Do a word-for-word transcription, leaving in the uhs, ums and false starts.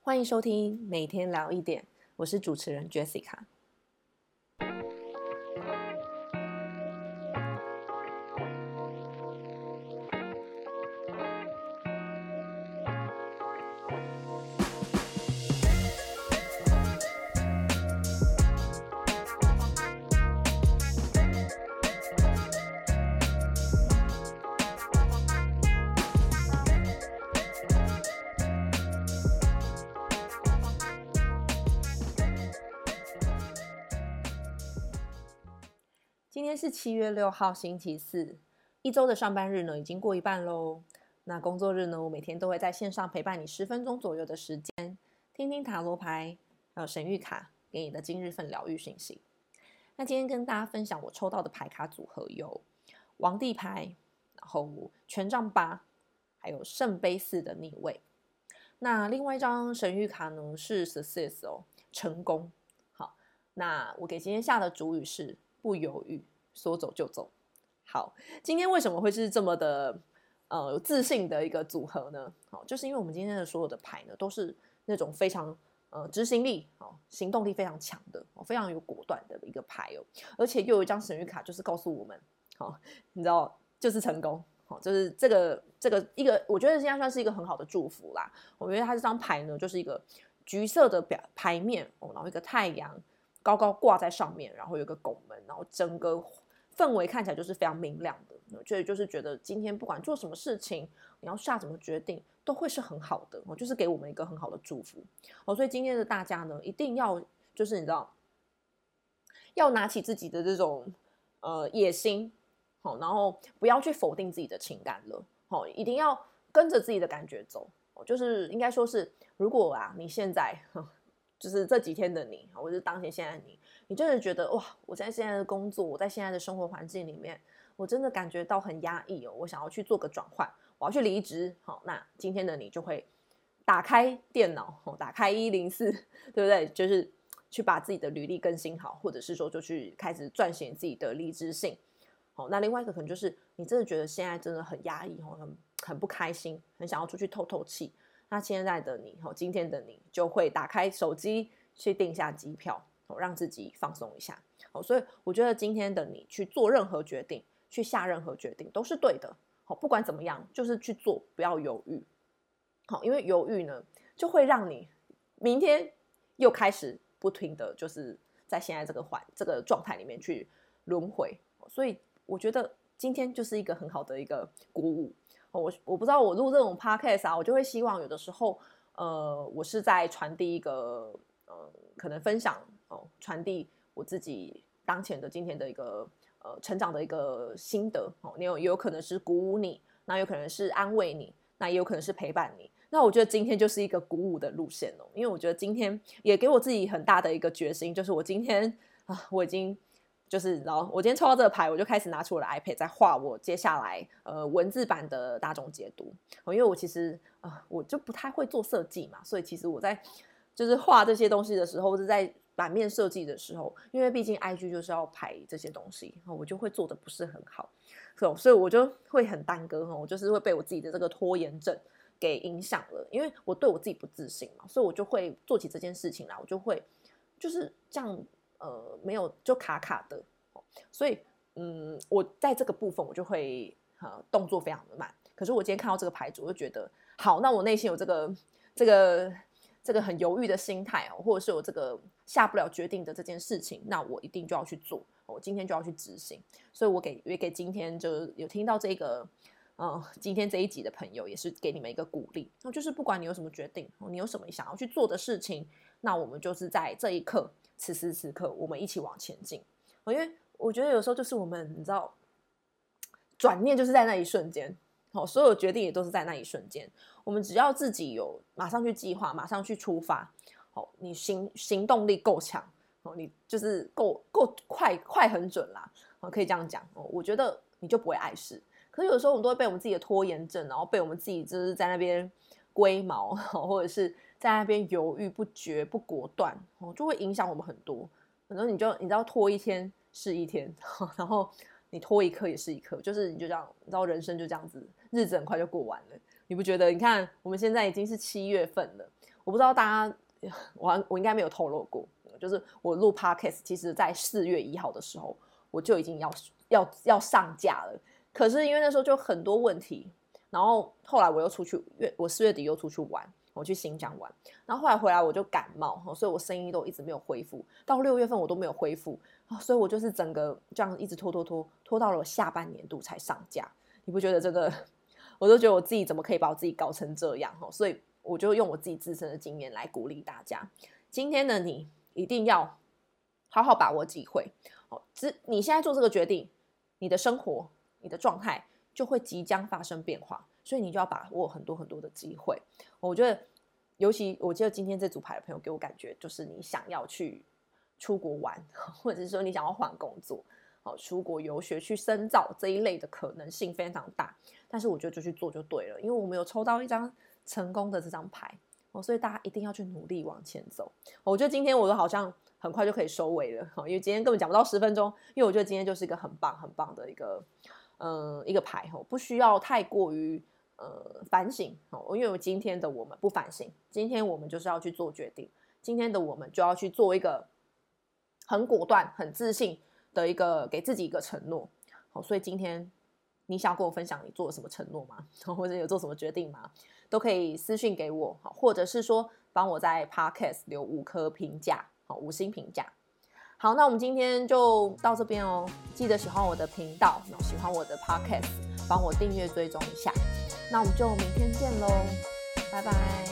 欢迎收听每天聊一点，我是主持人 Jessica。今天是七月六号星期四，一周的上班日呢已经过一半咯。那工作日呢，我每天都会在线上陪伴你十分钟左右的时间，听听塔罗牌还有神谕卡给你的今日份疗愈讯息。那今天跟大家分享我抽到的牌卡组合有王帝牌，然后权杖八，还有圣杯四的逆位。那另外一张神谕卡呢是 Success 哦，成功。好，那我给今天下的主语是不犹豫，说走就走。好，今天为什么会是这么的呃有自信的一个组合呢？好，就是因为我们今天的所有的牌呢，都是那种非常呃执行力、哦、行动力非常强的、哦、非常有果断的一个牌哦，而且又有一张神谕卡，就是告诉我们，好、哦，你知道，就是成功。好，就是这个这个一个，我觉得现在算是一个很好的祝福啦。我觉得它这张牌呢，就是一个橘色的表牌面、哦、然后一个太阳高高挂在上面，然后有一个拱门，然后整个氛围看起来就是非常明亮的。所以就是觉得今天不管做什么事情，你要下什么决定，都会是很好的，就是给我们一个很好的祝福。所以今天的大家呢，一定要就是你知道，要拿起自己的这种呃野心，然后不要去否定自己的情感了，一定要跟着自己的感觉走。就是应该说是，如果啊你现在就是这几天的你，或者是当前现在的你，你真的觉得哇，我在现在的工作，我在现在的生活环境里面，我真的感觉到很压抑哦，我想要去做个转换，我要去离职。好，那今天的你就会打开电脑，打开一零四，对不对？就是去把自己的履历更新好，或者是说就去开始撰写自己的离职信。好，那另外一个可能就是你真的觉得现在真的很压抑，很很不开心，很想要出去透透气。那现在的你，今天的你就会打开手机去订下机票，让自己放松一下。所以我觉得今天的你去做任何决定，去下任何决定都是对的。不管怎么样，就是去做，不要犹豫。因为犹豫呢，就会让你明天又开始不停的就是在现在这个环这个状态里面去轮回。所以我觉得今天就是一个很好的一个鼓舞。我我不知道我录这种 podcast 啊，我就会希望有的时候，呃，我是在传递一个呃，可能分享哦，传递我自己当前的今天的一个呃成长的一个心得哦。你有也有可能是鼓舞你，那有可能是安慰你，那也有可能是陪伴你。那我觉得今天就是一个鼓舞的路线哦，因为我觉得今天也给我自己很大的一个决心，就是我今天啊，我已经。就是然后我今天抽到这个牌，我就开始拿出我的 iPad 在画我接下来呃文字版的大众解读。因为我其实呃我就不太会做设计嘛，所以其实我在就是画这些东西的时候，或是在版面设计的时候，因为毕竟 I G 就是要排这些东西，我就会做的不是很好，所以我就会很耽搁，我就是会被我自己的这个拖延症给影响了。因为我对我自己不自信嘛，所以我就会做起这件事情来，我就会就是这样。呃，没有就卡卡的，所以嗯，我在这个部分我就会呃动作非常的慢。可是我今天看到这个牌组，我就觉得好，那我内心有这个这个这个很犹豫的心态哦，或者是有这个下不了决定的这件事情，那我一定就要去做，我今天就要去执行。所以我给也给今天就有听到这个呃今天这一集的朋友，也是给你们一个鼓励，就是不管你有什么决定，你有什么想要去做的事情，那我们就是在这一刻。此时此刻我们一起往前进。因为我觉得有时候就是我们你知道转念就是在那一瞬间，所有决定也都是在那一瞬间。我们只要自己有马上去计划，马上去出发，你 行, 行动力够强，你就是够够快快很准啦，可以这样讲。我觉得你就不会碍事。可是有时候我们都会被我们自己的拖延症，然后被我们自己就是在那边龟毛，或者是在那边犹豫不决不果断，就会影响我们很多。可能你就你知道拖一天是一天，然后你拖一刻也是一刻，就是你就这样，你知道人生就这样子，日子很快就过完了。你不觉得？你看我们现在已经是七月份了， 我不知道大家，我我应该没有透露过，就是我录 podcast， 其实在四月一号的时候，我就已经要要要上架了。可是因为那时候就很多问题，然后后来我又出去，我四月底又出去玩，我去新疆玩，然后后来回来我就感冒，所以我声音都一直没有恢复，到六月份我都没有恢复，所以我就是整个这样一直拖拖拖拖到了我下半年度才上架。你不觉得这个？我都觉得我自己怎么可以把我自己搞成这样，所以我就用我自己自身的经验来鼓励大家。今天的你一定要好好把握机会，你现在做这个决定，你的生活你的状态就会即将发生变化，所以你就要把握很多很多的机会。我觉得尤其我记得今天这组牌的朋友给我感觉就是你想要去出国玩，或者是说你想要换工作，出国游学去深造这一类的可能性非常大，但是我觉得就去做就对了，因为我们有抽到一张成功的这张牌，所以大家一定要去努力往前走。我觉得今天我都好像很快就可以收尾了，因为今天根本讲不到十分钟，因为我觉得今天就是一个很棒很棒的一个呃一个牌，不需要太过于呃反省，因为今天的我们不反省，今天我们就是要去做决定，今天的我们就要去做一个很果断很自信的一个给自己一个承诺。好，所以今天你想要跟我分享你做了什么承诺吗？或者有做什么决定吗？都可以私讯给我，或者是说帮我在 Podcast 留五颗评价，五星评价。好，那我们今天就到这边哦。记得喜欢我的频道，喜欢我的 Podcast， 帮我订阅追踪一下。那我们就明天见咯，拜拜。